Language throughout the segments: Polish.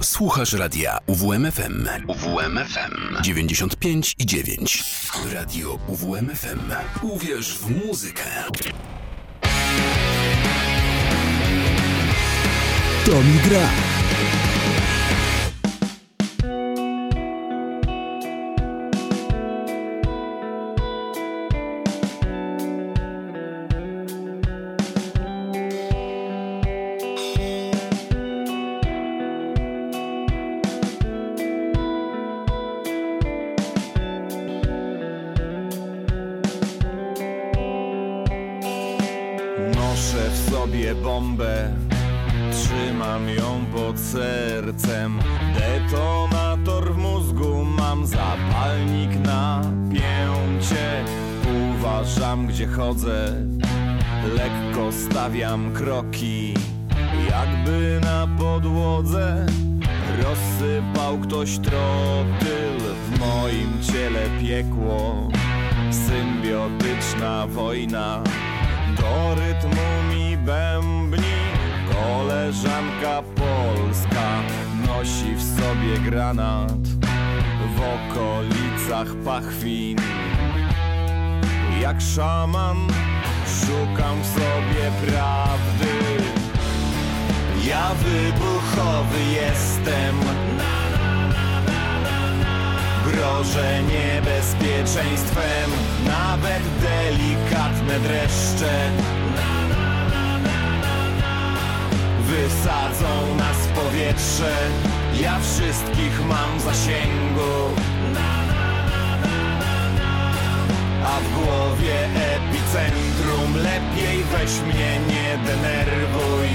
Słuchasz radia UWMFM. UWMFM 95,9. Radio UWMFM. Uwierz w muzykę. To mi gra. Noszę w sobie bombę, trzymam ją pod sercem. Detonator w mózgu, mam zapalnik na pięcie. Uważam, gdzie chodzę, lekko stawiam kroki, jakby na podłodze rozsypał ktoś trotyl. W moim ciele piekło, symbiotyczna wojna. Do rytmu mi bębni koleżanka polska. Nosi w sobie granat, w okolicach pachwin. Jak szaman szukam w sobie prawdy. Ja wybuchowy jestem, grożę niebezpieczeństwem. Nawet delikatne dreszcze wysadzą nas w powietrze. Ja wszystkich mam w zasięgu, a w głowie epicentrum. Lepiej weź mnie, nie denerwuj.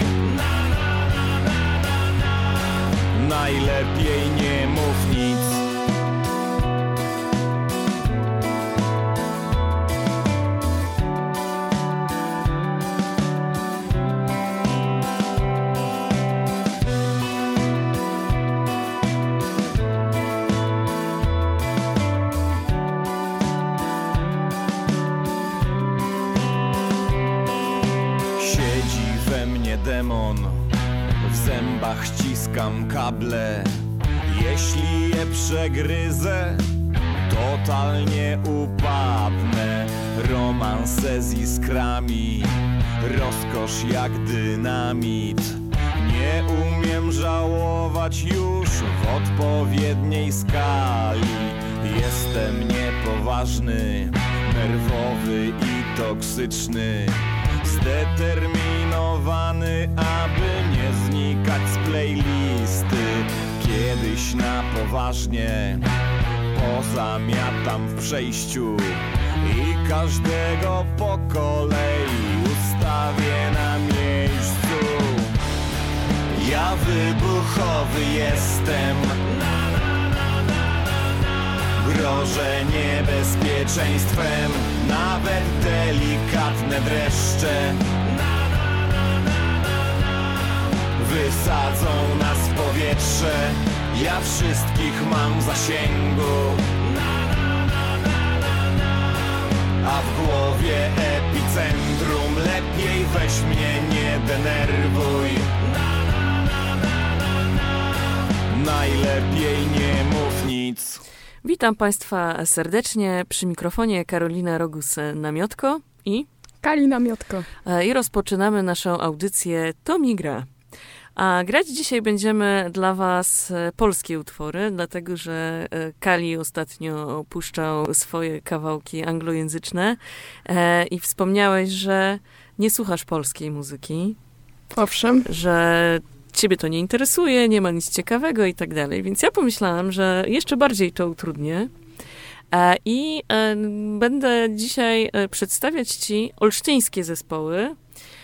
Najlepiej nie mów nic. Demon, w zębach ściskam kable. Jeśli je przegryzę, totalnie upadnę. Romanse z iskrami, rozkosz jak dynamit. Nie umiem żałować już w odpowiedniej skali. Jestem niepoważny, nerwowy i toksyczny. Zdeterminowany, aby nie znikać z playlisty. Kiedyś na poważnie pozamiatam w przejściu i każdego po kolei ustawię na miejscu. Ja wybuchowy jestem, grożę niebezpieczeństwem. Nawet delikatne dreszcze wysadzą nas w powietrze. Ja wszystkich mam w zasięgu, a w głowie epicentrum. Lepiej weź mnie, nie denerwuj. Najlepiej nie mów nic. Witam Państwa serdecznie, przy mikrofonie Karolina Rogus-Namiotko i Kali Namiotko. I rozpoczynamy naszą audycję To mi gra. A grać dzisiaj będziemy dla Was polskie utwory, dlatego że Kali ostatnio puszczał swoje kawałki anglojęzyczne i wspomniałeś, że nie słuchasz polskiej muzyki. Owszem. Że Ciebie to nie interesuje, nie ma nic ciekawego i tak dalej. Więc ja pomyślałam, że jeszcze bardziej to utrudnię i będę dzisiaj przedstawiać Ci olsztyńskie zespoły,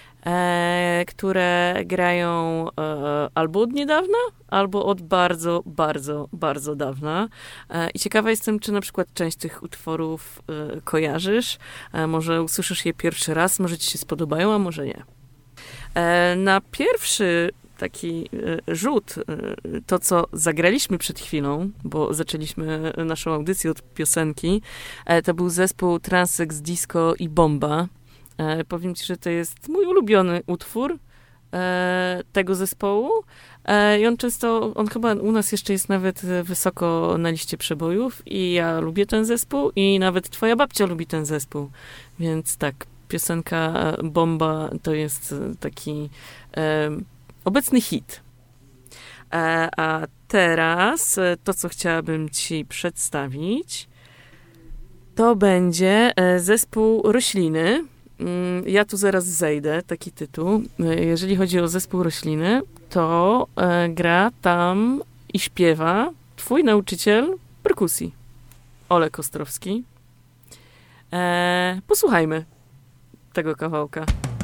które grają albo od niedawna, albo od bardzo, bardzo, bardzo dawna. I ciekawa jestem, czy na przykład część tych utworów kojarzysz. Może usłyszysz je pierwszy raz, może Ci się spodobają, a może nie. Na pierwszy taki rzut, to co zagraliśmy przed chwilą, bo zaczęliśmy naszą audycję od piosenki, to był zespół Transsex Disco i Bomba. Powiem Ci, że to jest mój ulubiony utwór tego zespołu. I on chyba u nas jeszcze jest nawet wysoko na liście przebojów i ja lubię ten zespół i nawet twoja babcia lubi ten zespół. Więc tak, piosenka Bomba to jest taki obecny hit. A teraz to, co chciałabym ci przedstawić, to będzie zespół Rośliny. Ja tu zaraz zejdę, taki tytuł. Jeżeli chodzi o zespół Rośliny, to gra tam i śpiewa twój nauczyciel perkusji, Olek Ostrowski. Posłuchajmy tego kawałka.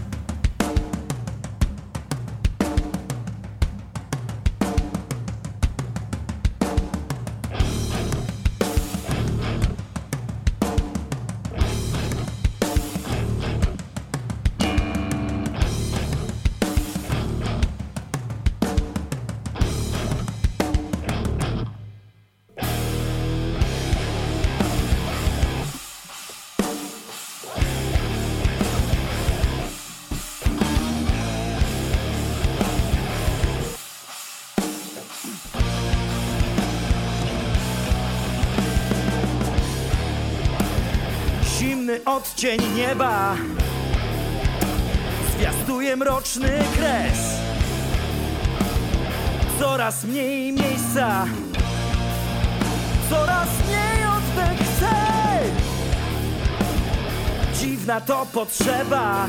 Zimny odcień nieba zwiastuje mroczny kres. Coraz mniej miejsca, coraz mniej oddech chce. Dziwna to potrzeba,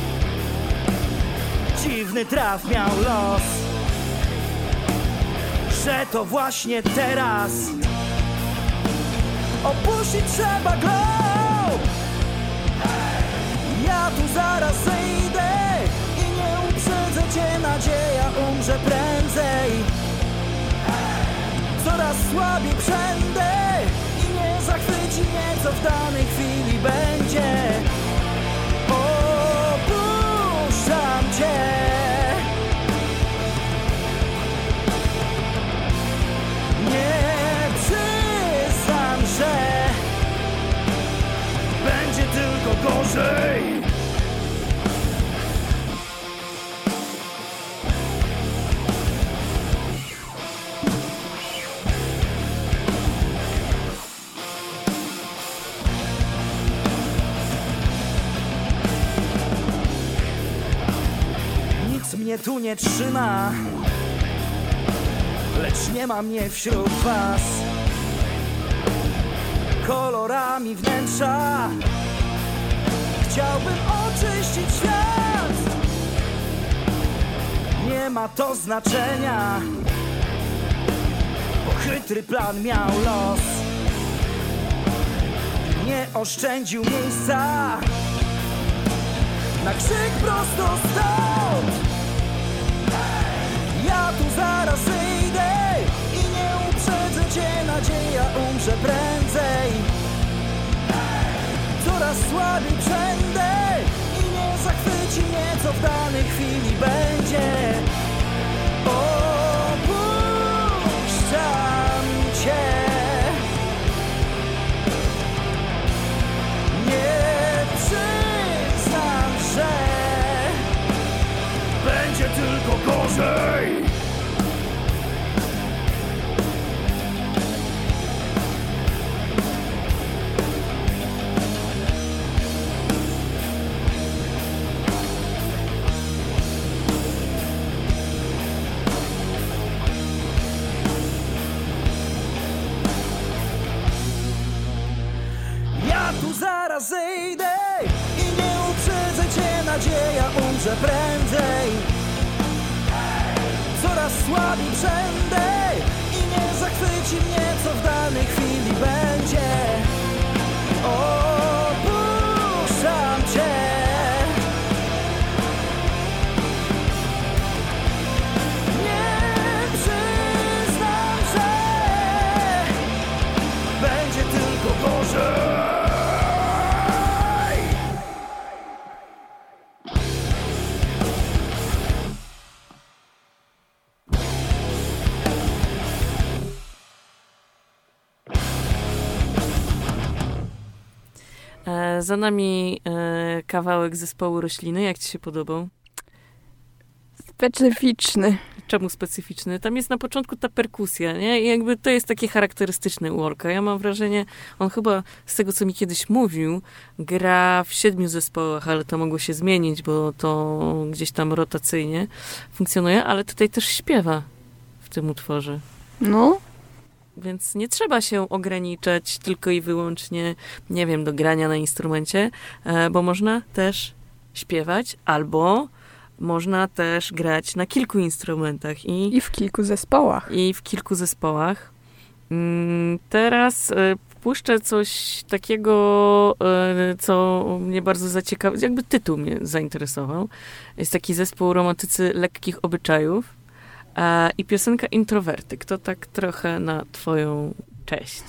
dziwny traf miał los, że to właśnie teraz opuścić trzeba go. Ja tu zaraz zejdę i nie uprzedzę cię, nadzieja umrze prędzej. Coraz słabiej przędę i nie zachwyci mnie, co w danej chwili będzie. Opuszczam cię. Nie przyznam, że będzie tylko gorzej. Nic mnie tu nie trzyma, lecz nie ma mnie wśród was. Kolorami wnętrza chciałbym oczyścić świat. Nie ma to znaczenia, bo chytry plan miał los. Nie oszczędził miejsca na krzyk prosto stąd. Ja tu zaraz wyjdę i nie uprzedzę cię, nadzieja umrze prędzej. Coraz słabiej przędę i nie zachwyci mnie, co w danej chwili będzie. Opuszczam cię. Nie przyznam, że będzie tylko gorzej. Zaraz zejdę i nie uprzedzę cię, nadzieja umrze prędzej. Coraz słabiej przędę i nie zachwyci mnie, co w danej chwili będzie. Opuszczam cię. Nie przyznam, że będzie tylko gorzej. Za nami kawałek zespołu Rośliny. Jak ci się podobał? Specyficzny. Czemu specyficzny? Tam jest na początku ta perkusja, nie? I jakby to jest takie charakterystyczne u Olka. Ja mam wrażenie, on chyba z tego, co mi kiedyś mówił, gra w 7 zespołach, ale to mogło się zmienić, bo to gdzieś tam rotacyjnie funkcjonuje, ale tutaj też śpiewa w tym utworze. No. Więc nie trzeba się ograniczać tylko i wyłącznie, nie wiem, do grania na instrumencie, bo można też śpiewać albo można też grać na kilku instrumentach. I w kilku zespołach. Teraz puszczę coś takiego, co mnie bardzo zaciekawiło, jakby tytuł mnie zainteresował. Jest taki zespół Romantycy Lekkich Obyczajów i piosenka Introwertyk. To tak trochę na twoją cześć.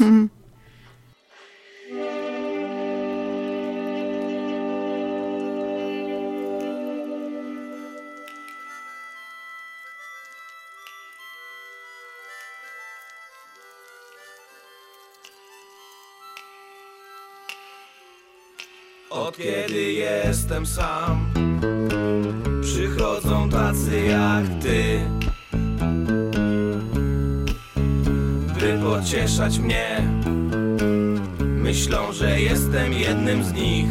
Od kiedy jestem sam, przychodzą tacy jak ty, by pocieszać mnie. Myślą, że jestem jednym z nich.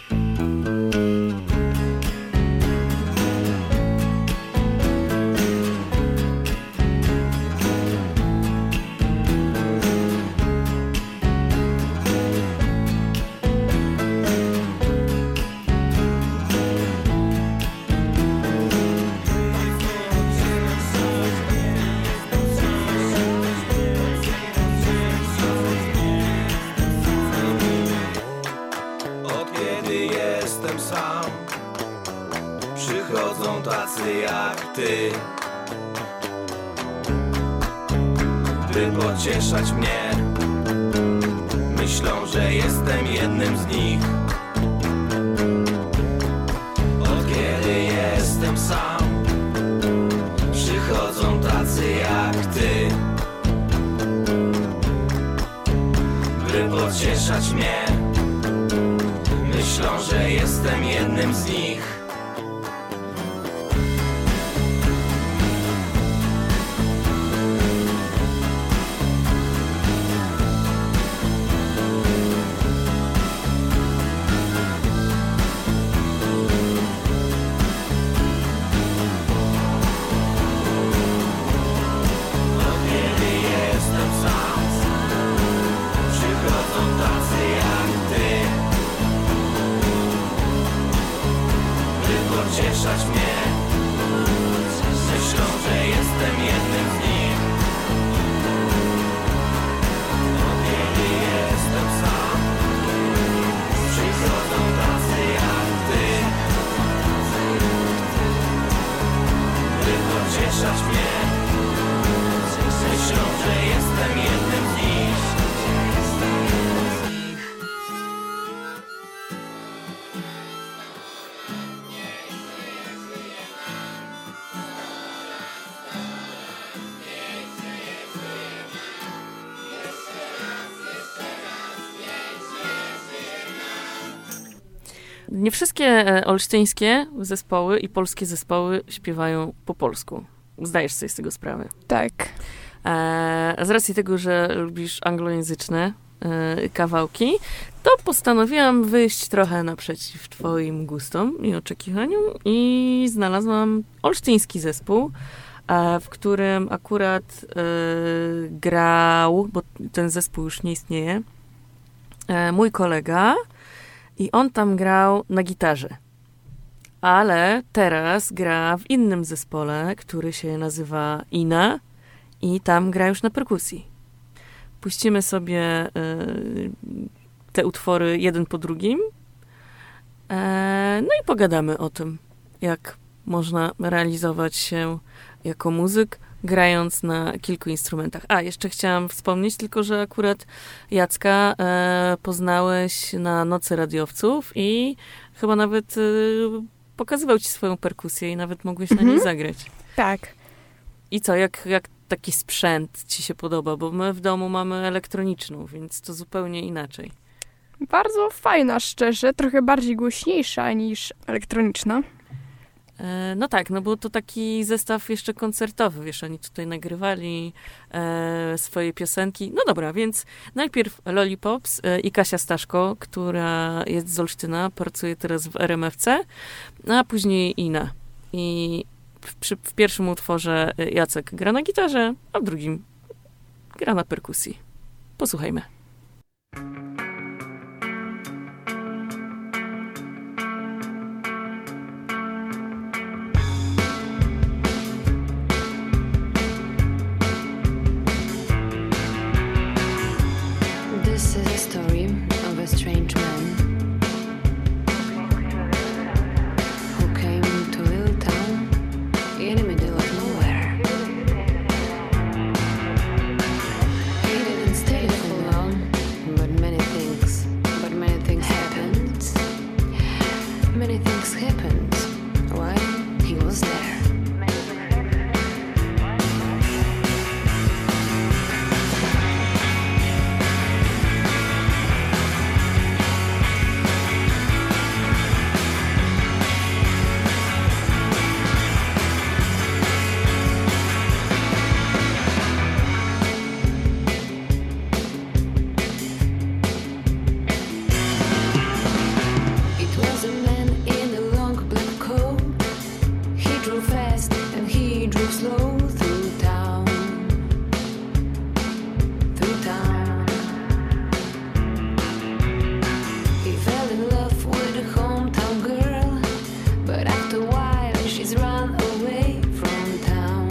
Przychodzą tacy jak ty, by pocieszać mnie. Myślą, że jestem jednym z nich. Od kiedy jestem sam, przychodzą tacy jak ty, by pocieszać mnie. Myślą, że jestem jednym z nich. Pocieszać mnie. Myślą, że jestem jednym z nich. Od kiedy jestem sam, przychodzą tacy jak ty, by pocieszać mnie. Myślą, że jestem jednym z nich. Nie wszystkie olsztyńskie zespoły i polskie zespoły śpiewają po polsku. Zdajesz sobie z tego sprawę. Tak. Z racji tego, że lubisz anglojęzyczne kawałki, to postanowiłam wyjść trochę naprzeciw twoim gustom i oczekiwaniom i znalazłam olsztyński zespół, w którym akurat grał, bo ten zespół już nie istnieje, mój kolega i on tam grał na gitarze. Ale teraz gra w innym zespole, który się nazywa Ina i tam gra już na perkusji. Puścimy sobie te utwory jeden po drugim. No i pogadamy o tym, jak można realizować się jako muzyk, grając na kilku instrumentach. Jeszcze chciałam wspomnieć tylko, że akurat Jacka poznałeś na Nocy Radiowców i chyba nawet pokazywał ci swoją perkusję i nawet mogłeś na niej zagrać. Tak. I co, jak taki sprzęt ci się podoba? Bo my w domu mamy elektroniczną, więc to zupełnie inaczej. Bardzo fajna, szczerze. Trochę bardziej głośniejsza niż elektroniczna. No tak, no był to taki zestaw jeszcze koncertowy, wiesz, oni tutaj nagrywali swoje piosenki. No dobra, więc najpierw Lollipops i Kasia Staszko, która jest z Olsztyna, pracuje teraz w RMFC, a później Ina. I w pierwszym utworze Jacek gra na gitarze, a w drugim gra na perkusji. Posłuchajmy. This is a story of a strange man who came to a little town in the middle of nowhere. He didn't stay for long, but many things happened. Many things happened while he was there. It was a man in a long black coat. He drove fast and he drove slow through town. He fell in love with a hometown girl, but after a while she's run away from town.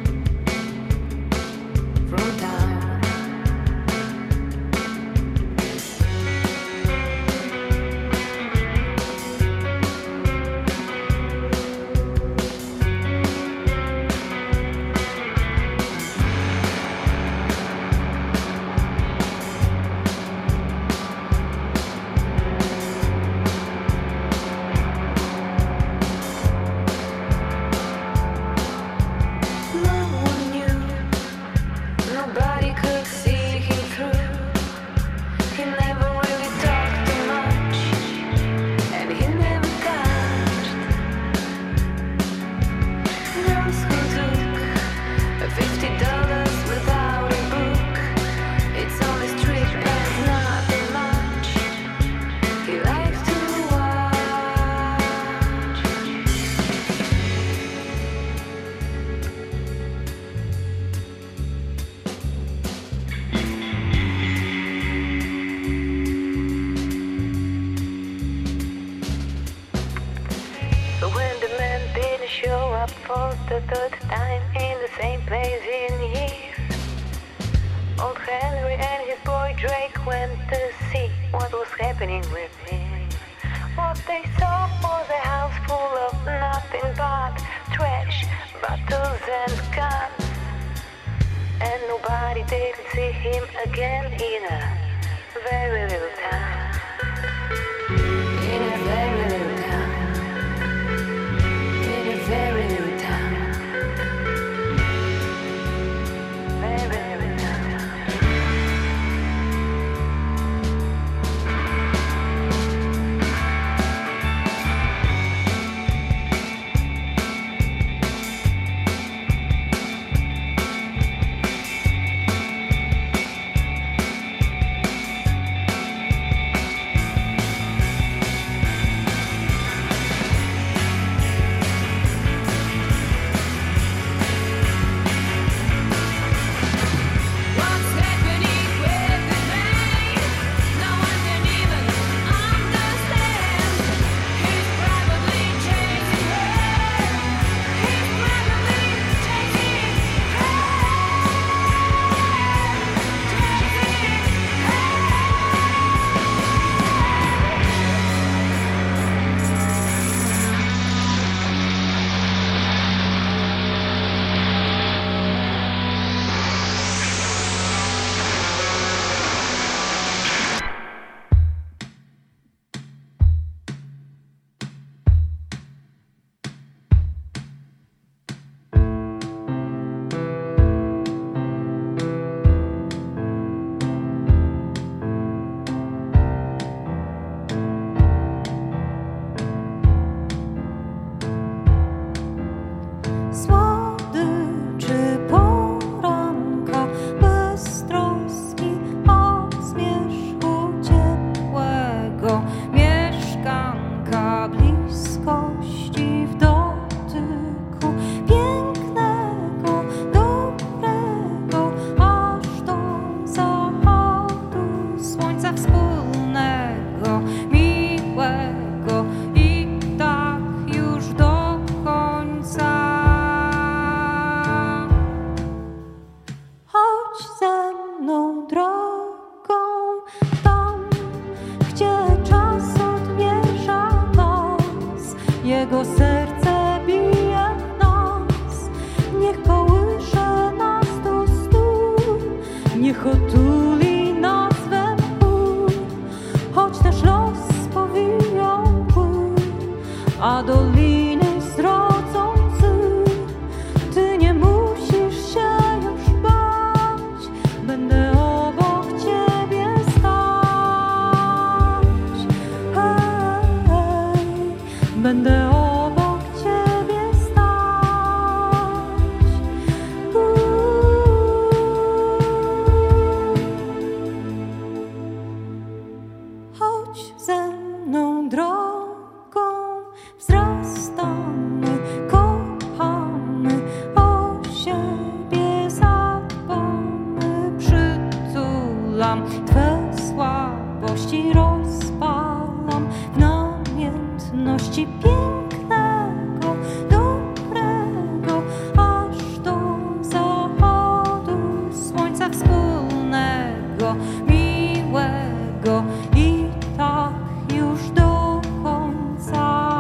No one knew, nobody could see him through. He never really talked too much, and he never touched girls who took $50 without a book. It's only street and nothing much. He likes to watch. When the man didn't show up for the third time in the same place in years, old Henry and his boy Drake went to see what was happening with him. What they saw was a house full of nothing but trash, bottles and guns, and nobody did see him again in a very little town. In a very little town. In a very little town. Very little town. Jego serce bije w nas, niech kołysze nas do stóp, niech otuli nas we wpół, choć nasz los powiją pły, a doliny zrodzący, ty nie musisz się już bać, będę obok ciebie stać. Hej, będę obok ciebie stać. Chodź ze mną drogą, wzrastamy, kochamy, o siebie zadbamy. Przytulam Twe słabości, rozpalam w namiętności pięknego, dobrego, aż do zachodu słońca wspólnego, miłego i tak już do końca.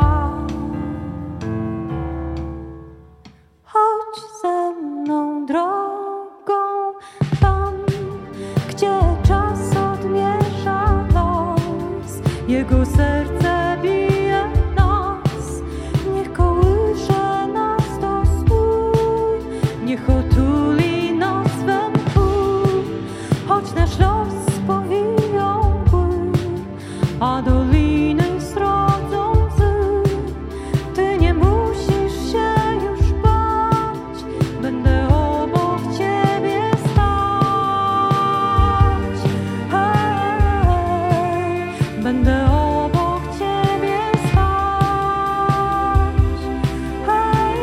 Chodź ze mną drogą tam, gdzie czas odmierza los. Jego serce bije w nas, niech kołysze nas do stóp, niech otuli nas we wpół, choć nasz los powiją pły, a doliny zrodzący, ty nie musisz się już bać, będę obok ciebie stać. Hej, będę obok ciebie stać. Hej,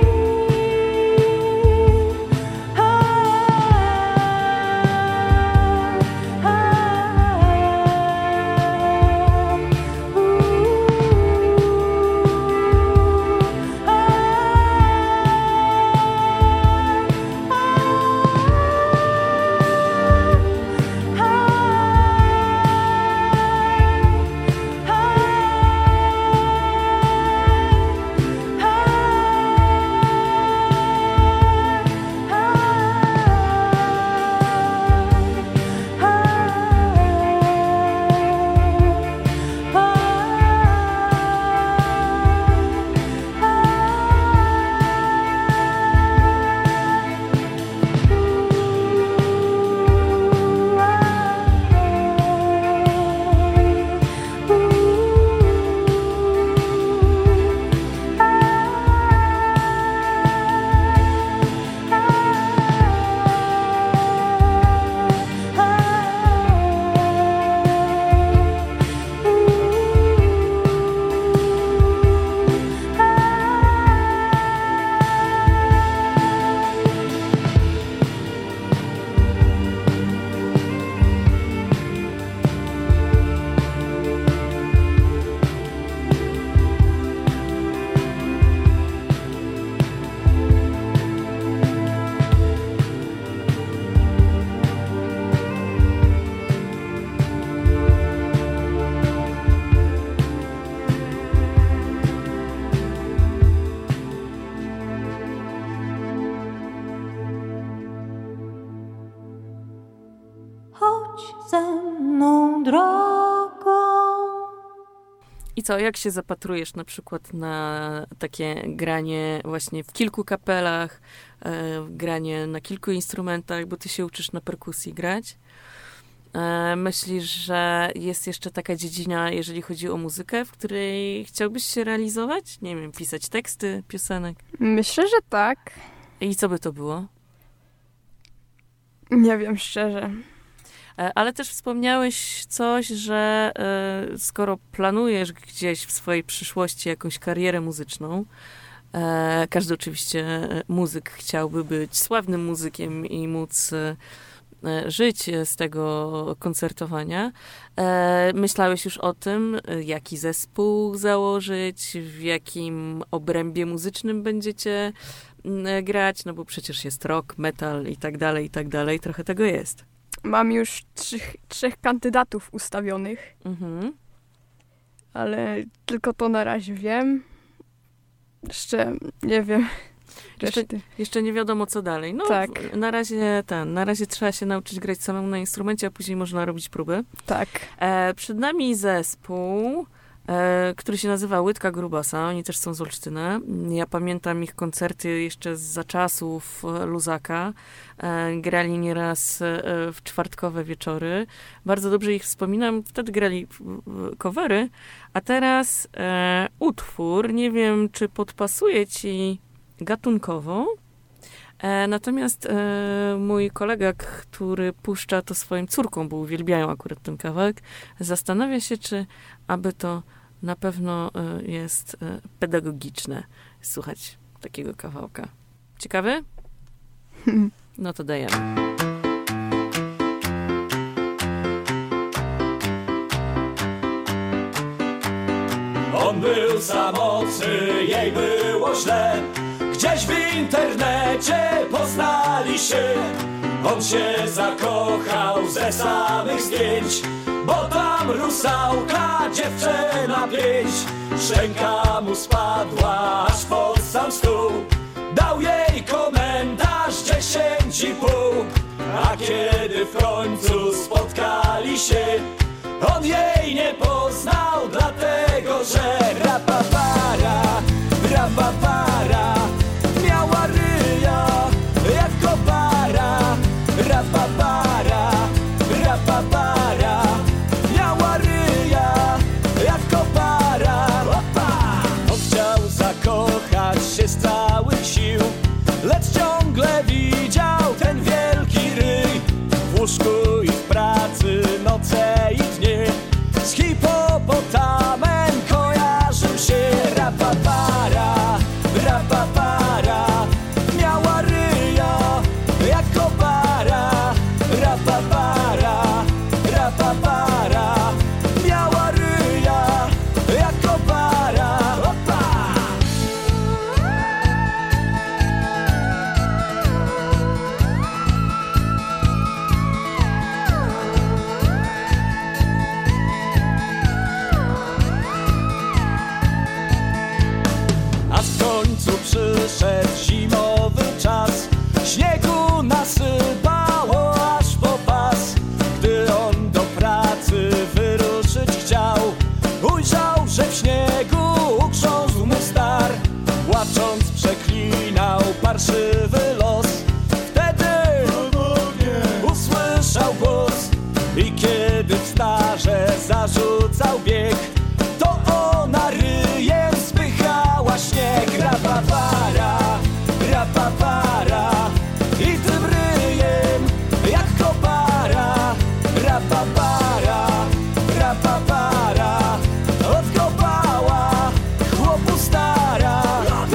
ze mną drogą. I co, jak się zapatrujesz na przykład na takie granie właśnie w kilku kapelach, granie na kilku instrumentach, bo ty się uczysz na perkusji grać? Myślisz, że jest jeszcze taka dziedzina, jeżeli chodzi o muzykę, w której chciałbyś się realizować? Nie wiem, pisać teksty piosenek? Myślę, że tak. I co by to było? Nie wiem, szczerze. Ale też wspomniałeś coś, że skoro planujesz gdzieś w swojej przyszłości jakąś karierę muzyczną, każdy oczywiście muzyk chciałby być sławnym muzykiem i móc żyć z tego koncertowania. Myślałeś już o tym, jaki zespół założyć, w jakim obrębie muzycznym będziecie grać, no bo przecież jest rock, metal i tak dalej, trochę tego jest. Mam już trzech kandydatów ustawionych, ale tylko to na razie wiem. Jeszcze nie wiem. Reszty. Jeszcze nie wiadomo, co dalej. No, Tak. na razie trzeba się nauczyć grać samemu na instrumencie, a później można robić próby. Tak. Przed nami zespół, który się nazywa Łydka Grubasa. Oni też są z Olsztyna. Ja pamiętam ich koncerty jeszcze za czasów Luzaka. Grali nieraz w czwartkowe wieczory. Bardzo dobrze ich wspominam. Wtedy grali covery, a teraz utwór. Nie wiem, czy podpasuje ci gatunkowo. Natomiast mój kolega, który puszcza to swoim córkom, bo uwielbiają akurat ten kawałek, zastanawia się, czy aby to na pewno jest pedagogiczne słuchać takiego kawałka. Ciekawy? No to dajemy. On był samotny, jej było źle. Gdzieś w internecie poznali się. On się zakochał ze samych zdjęć, bo tam rusałka, dziewczyna 5. Szczęka mu spadła aż pod sam stół. Dał jej komentarz 10,5. A kiedy w końcu spotkali się, on jej nie poznał, dlatego że rapapara, rapapara, miała ryja jak kopara. Rapapara, rapapara, miała ryja jak kopara. Opa! On chciał zakochać się z całych sił, lecz ciągle widział ten wielki ryj. W łóżku i w pracy noce i dnie z hipopotamem kojarzył się. Rapapara, rapapara, miała ryja jak kopara. Rapapara, rapapara, miała ryja jak kopara. Opa! A w końcu przyszedł zimowy czas. Śniegu nasypało aż po pas. Gdy on do pracy wyruszyć chciał, ujrzał, że w śniegu ugrzązł mu star. Płacząc przeklinał parszywy los. Wtedy usłyszał głos i kiedy w starze zarzucał bieg, to ona ryjem spychała śnieg. Rapapara, rapapara, i tym ryjem jak kopara. Rapapara, rapapara, odkopała chłopu stara.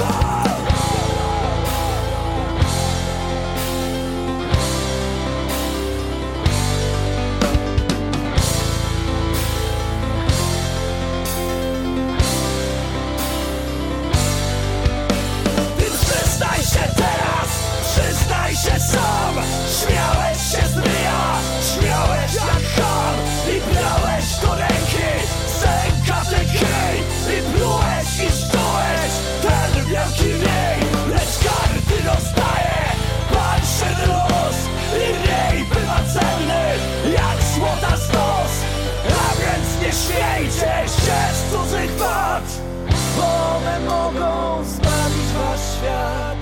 Więc przyznaj się teraz, przyznaj się sam. Śmiałeś się z ryja, śmiałeś jak cham i brałeś do ręki sękatę kij i plułeś i szczułeś ten wielki niej. Lecz karty rozdaje pańszy los i rej bywa cenny jak złota stos. A więc nie śmiejcie się z cudzych wad, bo one mogą zbawić wasz świat.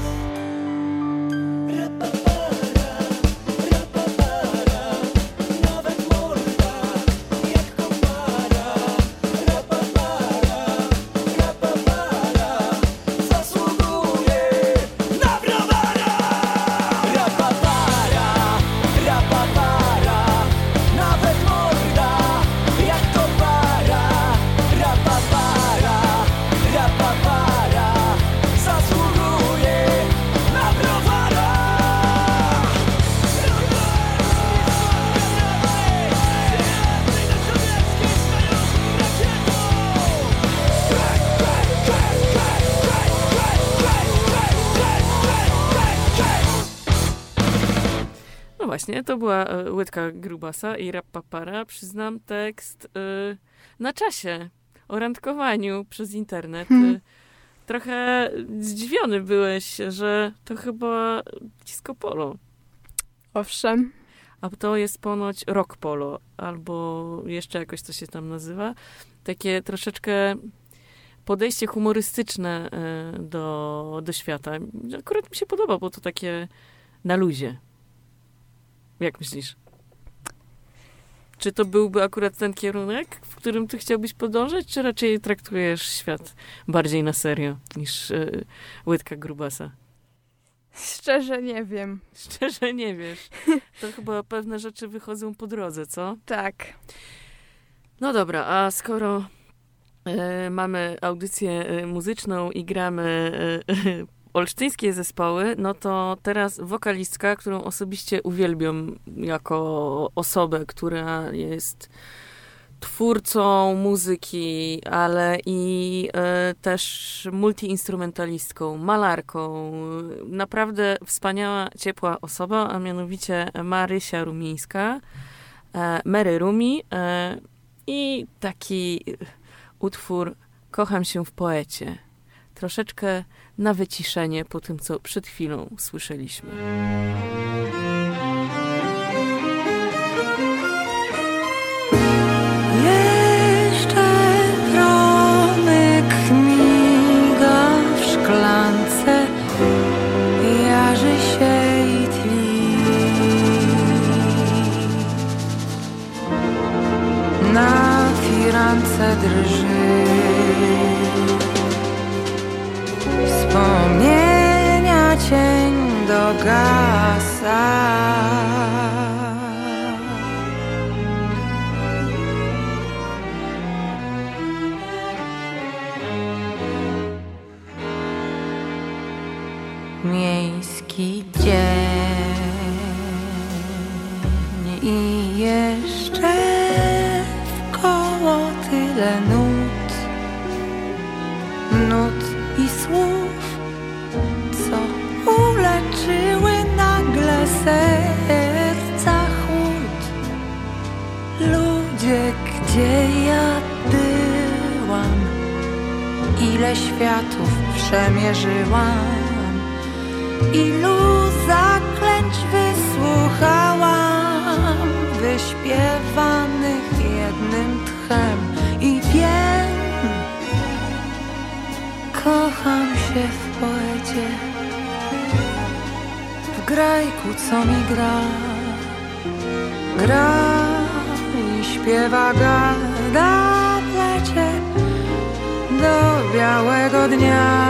Rapapara, rapapara, nawet morda jak kopara. Rapapara, rapapara, zasługuje na brawara. Rapapara, rapapara, nawet morda jak kopara. Rapapara, rapapara, zasługuje na browara. No właśnie, to była Łydka Grubasa i Rapapara. Przyznam, tekst na czasie, o randkowaniu przez internet. trochę zdziwiony byłeś, że to chyba disco polo. Owszem. A to jest ponoć rock polo, albo jeszcze jakoś to się tam nazywa. Takie troszeczkę podejście humorystyczne do świata. Akurat mi się podoba, bo to takie na luzie. Jak myślisz? Czy to byłby akurat ten kierunek, w którym ty chciałbyś podążać, czy raczej traktujesz świat bardziej na serio niż łydka grubasa? Szczerze nie wiem. Szczerze nie wiesz. To chyba pewne rzeczy wychodzą po drodze, co? Tak. No dobra, a skoro mamy audycję muzyczną i gramy olsztyńskie zespoły, no to teraz wokalistka, którą osobiście uwielbiam jako osobę, która jest twórcą muzyki, ale i też multiinstrumentalistką, malarką. Naprawdę wspaniała, ciepła osoba, a mianowicie Marysia Rumińska, Mary Rumi i taki utwór Kocham się w poecie. Troszeczkę na wyciszenie po tym, co przed chwilą słyszeliśmy. Jeszcze promyk miga w szklance, jarzy się i tli. Na firance drży wspomnienia cień dogasa. Miejski dzień i jeszcze wkoło tyle nut i słów, co uleczyły nagle serca chłód. Ludzie, gdzie ja byłam, ile światów przemierzyłam, ilu zaklęć wysłuchałam, wyśpiewanych jednym tchem. I wiem, kocham się w poecie, w grajku, co mi gra i śpiewa, gada, plecie do białego dnia.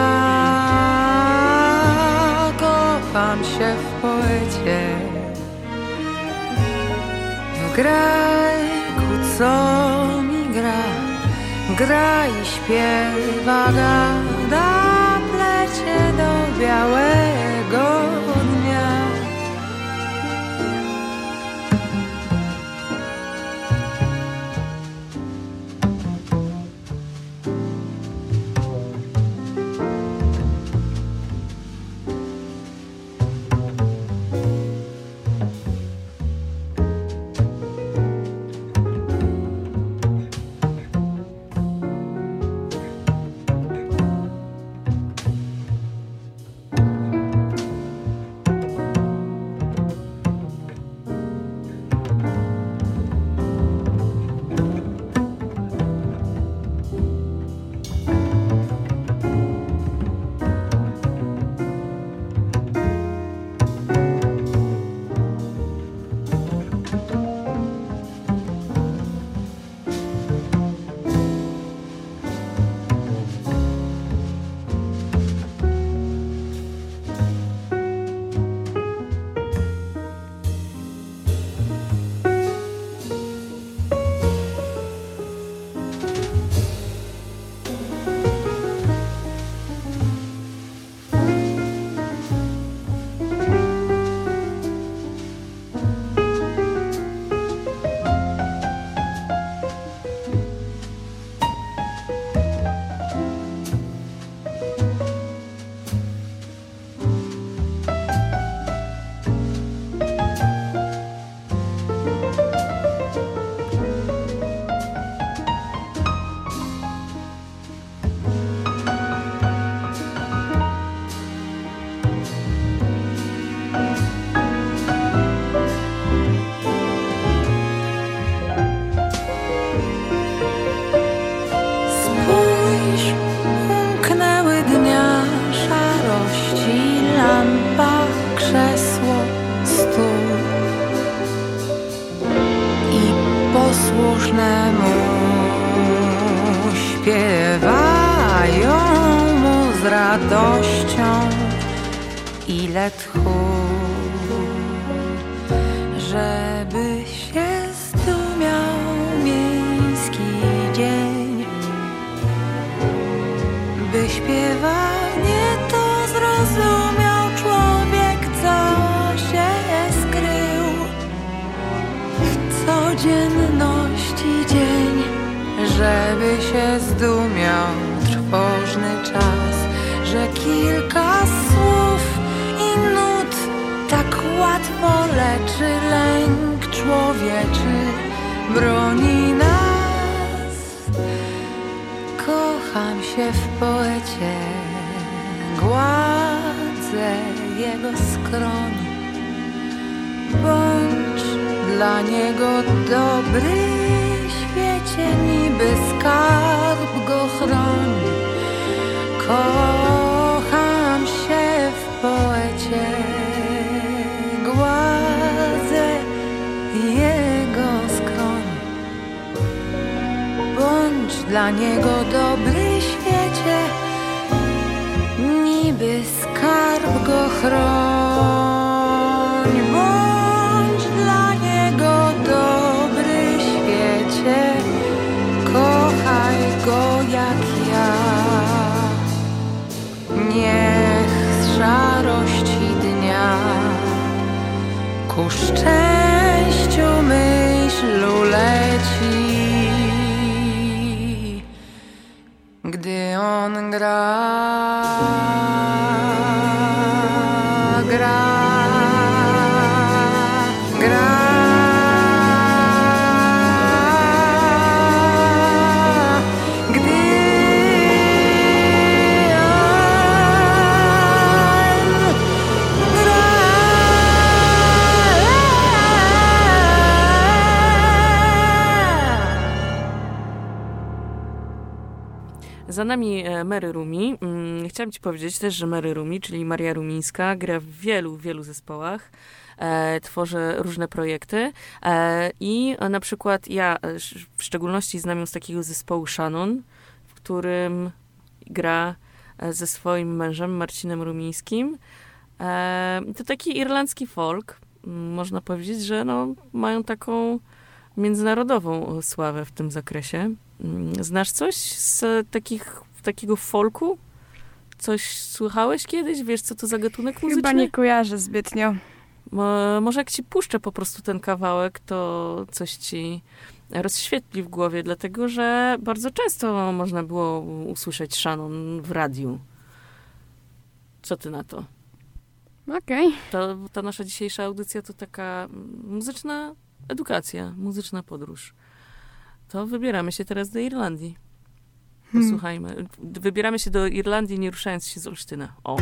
Kocham się w poecie, w grajku, co mi gra i śpiewa, gada, plecie do białego dnia. posłusznemu śpiewają mu z radością. Ile tchu, żeby się zdumiał miejski dzień, by śpiewanie to zrozumiał człowiek, co się skrył w codzienności dzień, żeby się zdumiał trwożny czas, że kilka słów i nut tak łatwo leczy lęk człowieczy, broni nas. Kocham się w poecie, gładzę jego skroń. Bądź dla niego dobry, świecie niby skarb go chroni. Kocham się w poecie, gładzę jego skroń. Bądź dla niego dobry, świecie, niby skarb go chroń. Bądź dla niego dobry, świecie, kochaj go jak ja. Niech z szarości dnia ku szczęściu myśl uleci, gdy on gra. Za nami Mary Rumi. Chciałam ci powiedzieć też, że Mary Rumi, czyli Maria Rumińska, gra w wielu zespołach, tworzy różne projekty i na przykład ja w szczególności znam ją z takiego zespołu Shannon, w którym gra ze swoim mężem Marcinem Rumińskim. To taki irlandzki folk. Można powiedzieć, że no, mają taką międzynarodową sławę w tym zakresie. Znasz coś z takiego folku? Coś słuchałeś kiedyś? Wiesz, co to za gatunek muzyczny? Chyba nie kojarzę zbytnio. Może jak ci puszczę po prostu ten kawałek, to coś ci rozświetli w głowie, dlatego że bardzo często można było usłyszeć Shannon w radiu. Co ty na to? Okej. Ta nasza dzisiejsza audycja to taka muzyczna edukacja, muzyczna podróż. To wybieramy się teraz do Irlandii. Posłuchajmy. Wybieramy się do Irlandii, nie ruszając się z Olsztyna. O!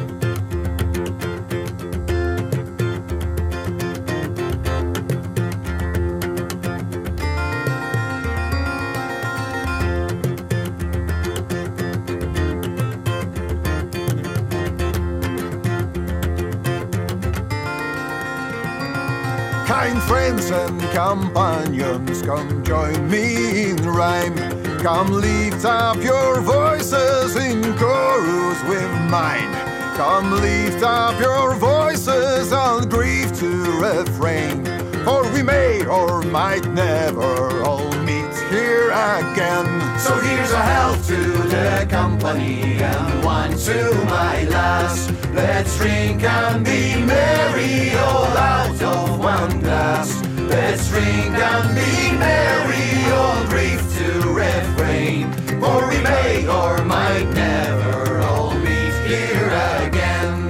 Kind friends and companions, come join me in rhyme. Come lift up your voices in chorus with mine. Come lift up your voices and grieve to refrain. For we may or might never all meet here again. So here's a health to the company and one to my lass. Let's drink and be merry, all out of one glass. Let's drink and be merry, all grief to refrain. For we may or might never all meet here again.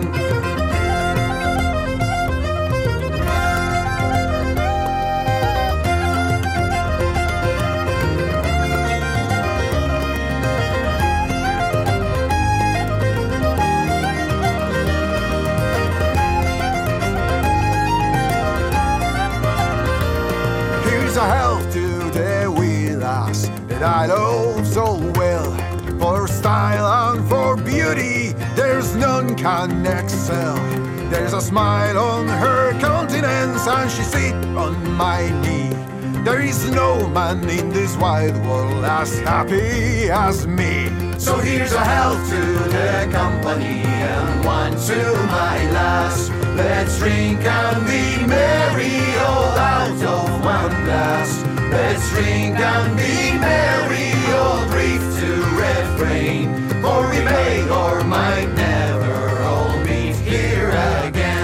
A health to the wee lass that I love so well. For style and for beauty, there's none can excel. There's a smile on her countenance and she sit on my knee. There is no man in this wide world as happy as me. So here's a health to the company and one to my lass. Let's drink and be merry, all out of one glass. Let's drink and be merry, all brief to refrain. For we may or might never all meet here again.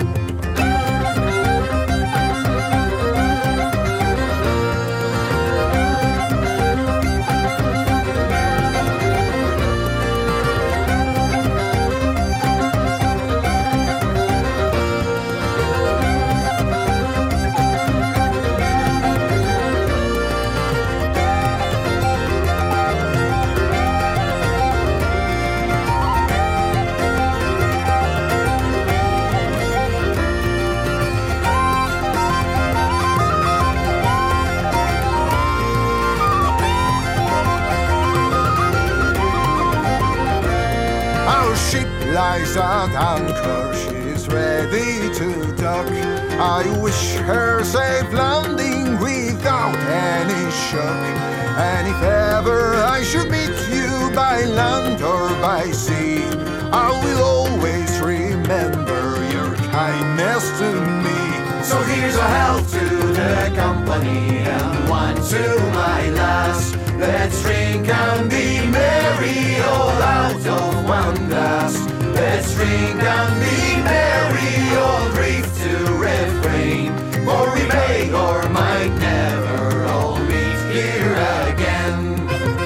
Lies at anchor, she's ready to dock. I wish her safe landing without any shock. And if ever I should meet you by land or by sea, I will always remember your kindness to me. So here's a health to the company and one to my lass. Let's drink and be merry, all out of one glass. Let's drink and be merry, all brief to refrain. For we may or might never all meet here again.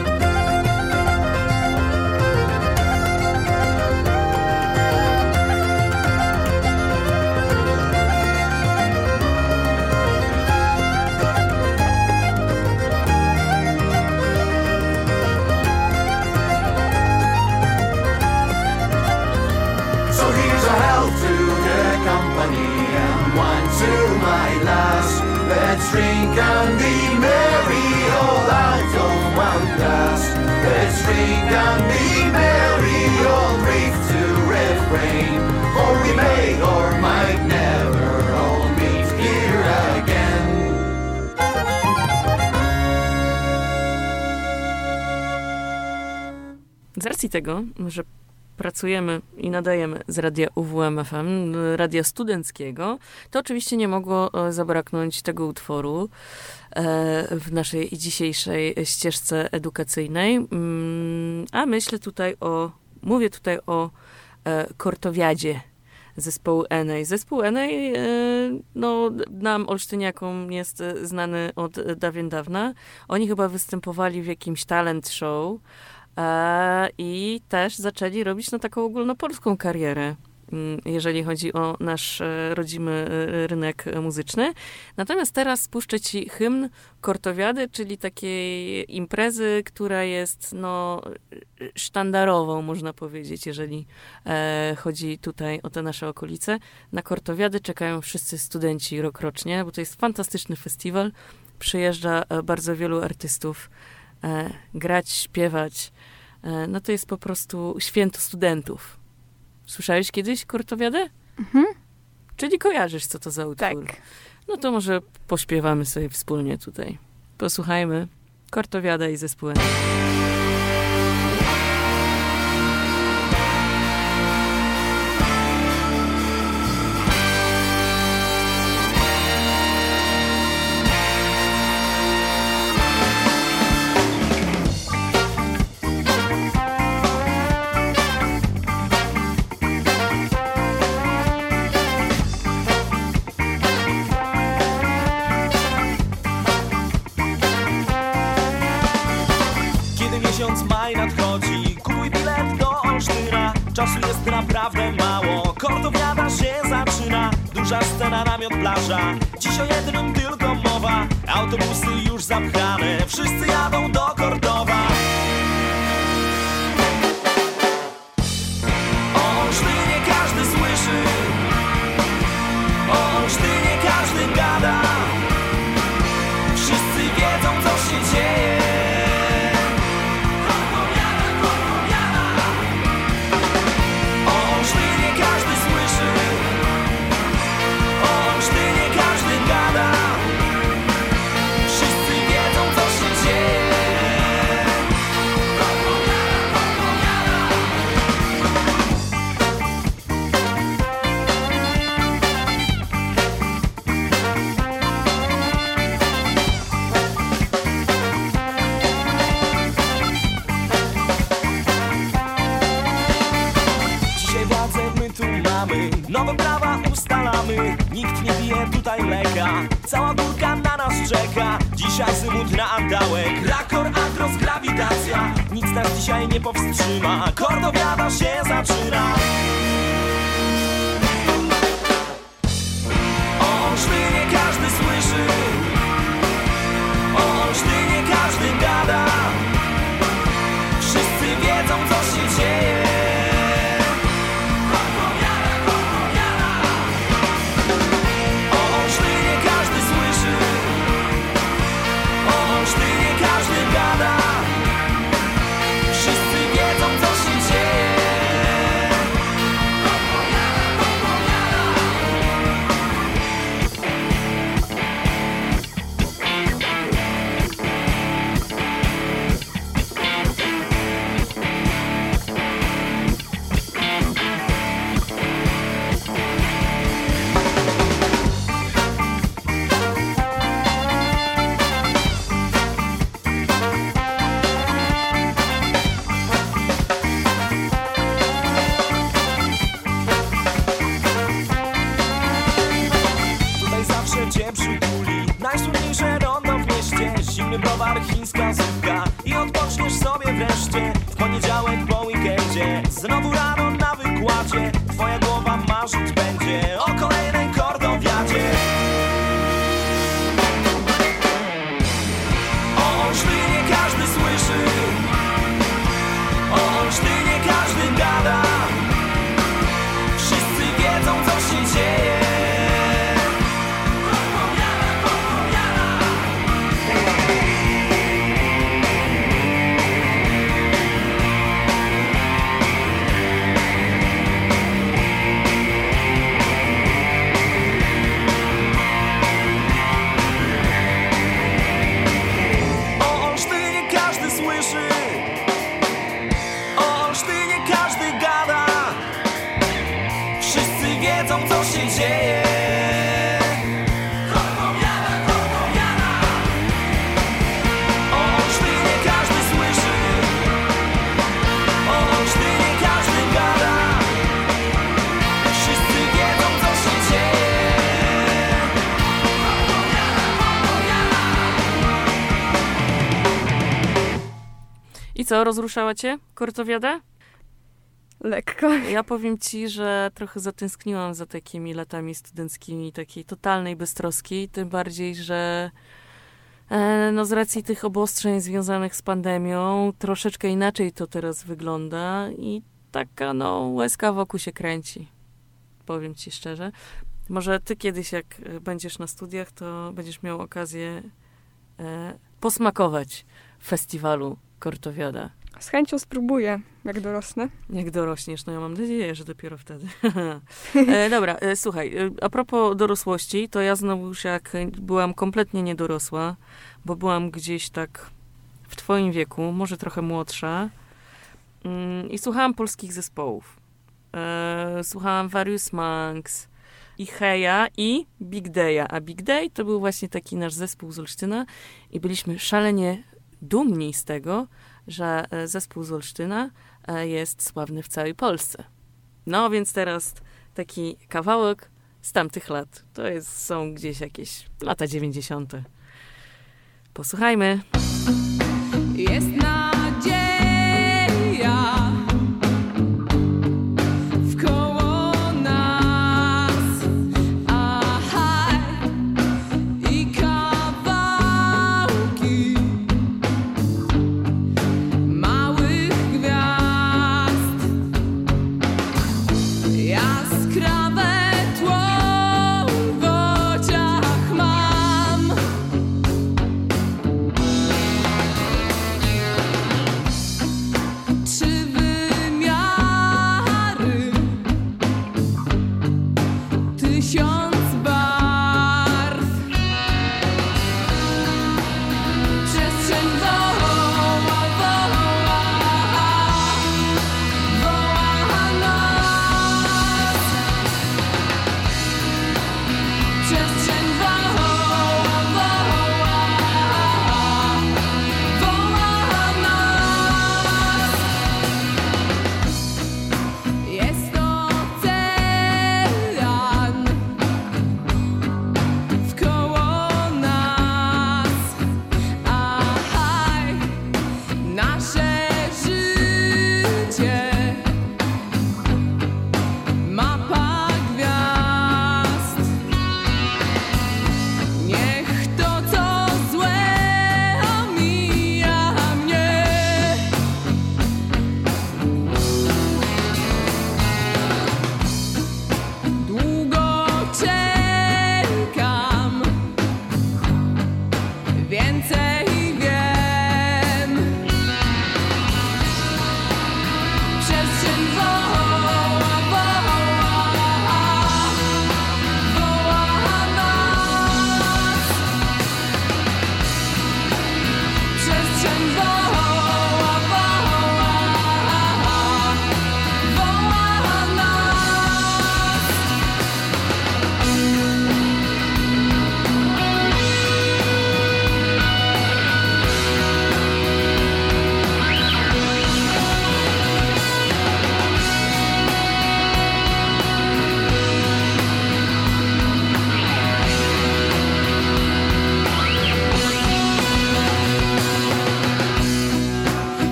To my lass, let's drink and be merry, all out of one glass. Let's drink and be merry, all brief to refrain. For we may or might never all meet here again. Z racji tego, że pracujemy i nadajemy z radia UWM-FM, radia studenckiego, to oczywiście nie mogło zabraknąć tego utworu w naszej dzisiejszej ścieżce edukacyjnej. A mówię tutaj o Kortowiadzie zespołu Enei. Zespół Enei, nam olsztyniakom jest znany od dawien dawna. Oni chyba występowali w jakimś talent show, i też zaczęli robić taką ogólnopolską karierę, jeżeli chodzi o nasz rodzimy rynek muzyczny. Natomiast teraz spuszczę ci hymn Kortowiady, czyli takiej imprezy, która jest sztandarową, można powiedzieć, jeżeli chodzi tutaj o te nasze okolice. Na Kortowiady czekają wszyscy studenci rokrocznie, bo to jest fantastyczny festiwal. Przyjeżdża bardzo wielu artystów grać, śpiewać. To jest po prostu święto studentów. Słyszałeś kiedyś Kortowiadę? Mhm. Czyli kojarzysz, co to za utwór. Tak. No to może pośpiewamy sobie wspólnie tutaj. Posłuchajmy Kortowiada i zespół Enei. Czasu jest naprawdę mało, Kortowiada się zaczyna. Duża scena, namiot, plaża. Dziś o jednym tylko mowa. Autobusy już zapchane, wszyscy jadą do Kordowa. O Olsztynie każdy słyszy, o Olsztynie każdy gada. Wszyscy wiedzą, co się dzieje. nowe prawa ustalamy, nikt nie pije tutaj mleka. Cała górka na nas czeka, dzisiaj zymut na antałek. Rakor, agros, grawitacja, nic nas dzisiaj nie powstrzyma. Kordowiada się zaczyna. O Olsztynie każdy słyszy, o Olsztynie każdy gada. Wszyscy wiedzą, co się dzieje. Kordowiada, Kordowiada. O Olsztynie każdy słyszy, o Olsztynie każdy gada. Wszyscy wiedzą, co się dzieje. Najsłynniejsze rondo w mieście, zimny browar, chińska zupka. I odpoczniesz sobie wreszcie w poniedziałek po weekendzie. Znowu rano na wykładzie twoja głowa marzyć będzie o kolejnej kordowiadzie. O Olsztynie każdy słyszy, o Olsztynie każdy gada. Wszyscy wiedzą, co się dzieje. O Olsztynie każdy gada. Wszyscy wiedzą, co się dzieje. Kordowiada, Kordowiada. O Olsztynie każdy słyszy, o Olsztynie każdy gada. Wszyscy wiedzą, co się dzieje. I co, rozruszała cię kordowiada? Lekko. Ja powiem ci, że trochę zatęskniłam za takimi latami studenckimi, takiej totalnej beztroski, tym bardziej, że no z racji tych obostrzeń związanych z pandemią troszeczkę inaczej to teraz wygląda i taka łezka wokół się kręci. Powiem ci szczerze. Może ty kiedyś, jak będziesz na studiach, to będziesz miał okazję posmakować festiwalu kordowiada. Z chęcią spróbuję, jak dorosnę. Jak dorośniesz, no ja mam nadzieję, że dopiero wtedy. Dobra, słuchaj, a propos dorosłości, to ja znowu już jak byłam kompletnie niedorosła, bo byłam gdzieś tak w twoim wieku, może trochę młodsza i słuchałam polskich zespołów. Słuchałam Various Monks i Heja i Big Day'a, a Big Day to był właśnie taki nasz zespół z Olsztyna i byliśmy szalenie dumni z tego, że zespół z Olsztyna jest sławny w całej Polsce. No więc teraz taki kawałek z tamtych lat. To są gdzieś jakieś lata 90. Posłuchajmy. Jest nadzieja wkoło nas, aha, i kawałki małych gwiazd, jaskrawe tło w oczach mam.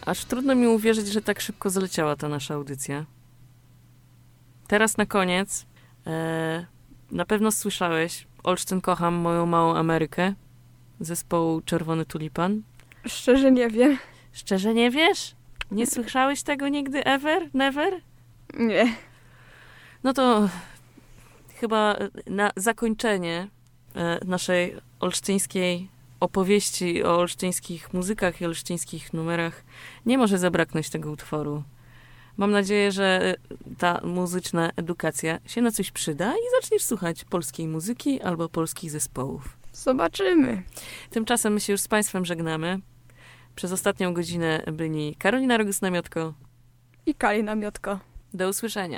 Aż trudno mi uwierzyć, że tak szybko zleciała ta nasza audycja. Teraz na koniec, na pewno słyszałeś Olsztyn kocham, moją małą Amerykę, zespołu Czerwony Tulipan. Szczerze nie wiem. Szczerze nie wiesz? Nie słyszałeś tego nigdy ever? Never? Nie. No to chyba na zakończenie naszej olsztyńskiej opowieści o olsztyńskich muzykach i olsztyńskich numerach nie może zabraknąć tego utworu. Mam nadzieję, że ta muzyczna edukacja się na coś przyda i zaczniesz słuchać polskiej muzyki albo polskich zespołów. Zobaczymy. Tymczasem my się już z Państwem żegnamy. Przez ostatnią godzinę byli Karolina Rogus-Namiotko I Kali Namiotko. Do usłyszenia.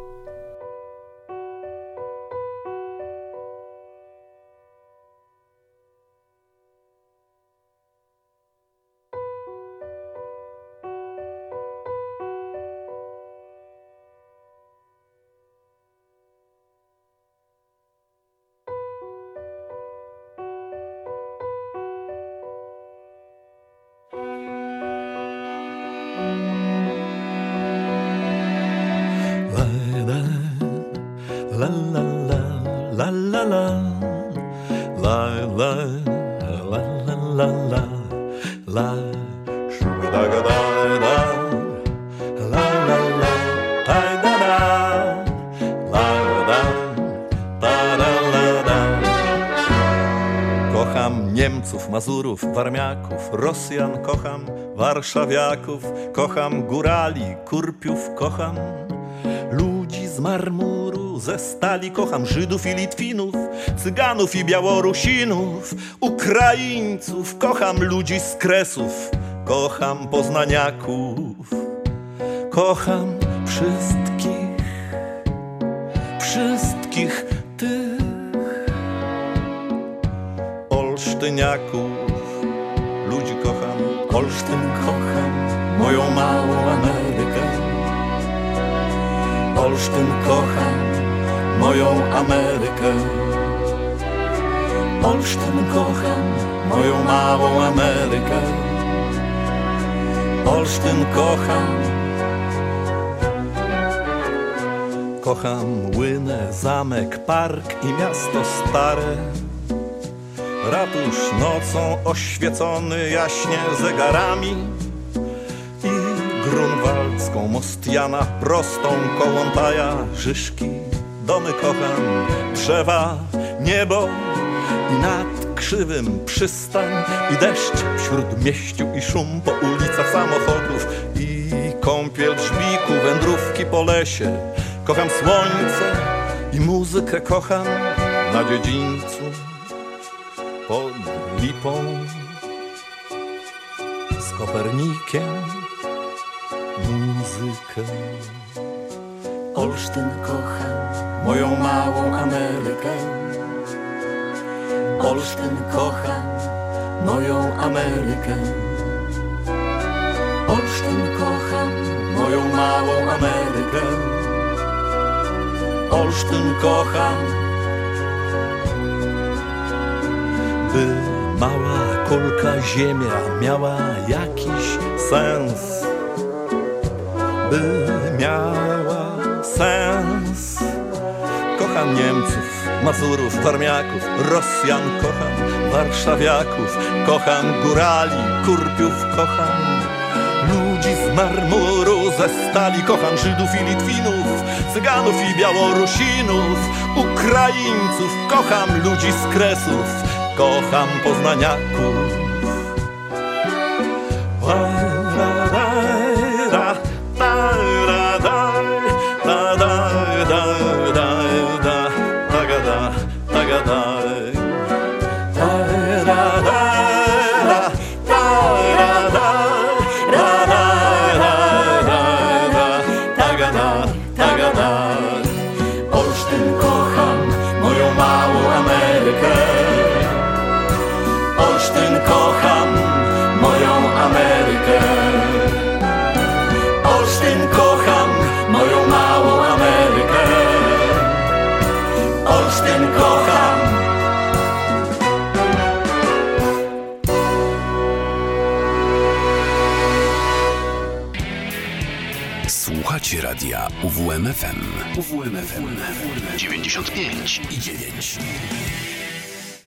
Kocham Niemców, Mazurów, Warmiaków, Rosjan, kocham Warszawiaków, kocham górali, Kurpiów, kocham ludzi z marmuru, ze stali, kocham Żydów i Litwinów, Cyganów i Białorusinów, Ukraińców, kocham ludzi z Kresów, kocham poznaniaków, kocham wszystkich tych olsztyniaków, ludzi kocham, Olsztyn kocham, moją małą Amerykę. Olsztyn kocham, moją Amerykę. Olsztyn kocham, moją małą Amerykę. Olsztyn kocham. Kocham Łynę, zamek, park i miasto stare. Ratusz nocą oświecony jaśnie zegarami i grunwaldzką, most Jana, prostą Kołątaja, Żyżki, domy kocham, drzewa, niebo i nad krzywym przystań i deszcz w śródmieściu i szum po ulicach samochodów i kąpiel żbiku, wędrówki po lesie. Kocham słońce i muzykę kocham na dziedzińcu pod lipą z Kopernikiem muzykę. Olsztyn kocham, moją małą Amerykę. Olsztyn kocham, moją Amerykę. Olsztyn kocham, moją małą Amerykę. Olsztyn kocham. By mała kulka ziemia miała jakiś sens, by miała sens. Kocham Niemców, Mazurów, Warmiaków, Rosjan, kocham Warszawiaków, kocham górali, Kurpiów, kocham ludzi z marmuru, ze stali, kocham Żydów i Litwinów, Cyganów i Białorusinów, Ukraińców, kocham ludzi z Kresów, kocham poznaniaków. Olsztyn kocham, moją małą Amerykę. Olsztyn kocham, moją Amerykę. Olsztyn kocham, moją małą Amerykę. Olsztyn kocham. Słuchacie radia UWMFM. UWMFM 95 i 9.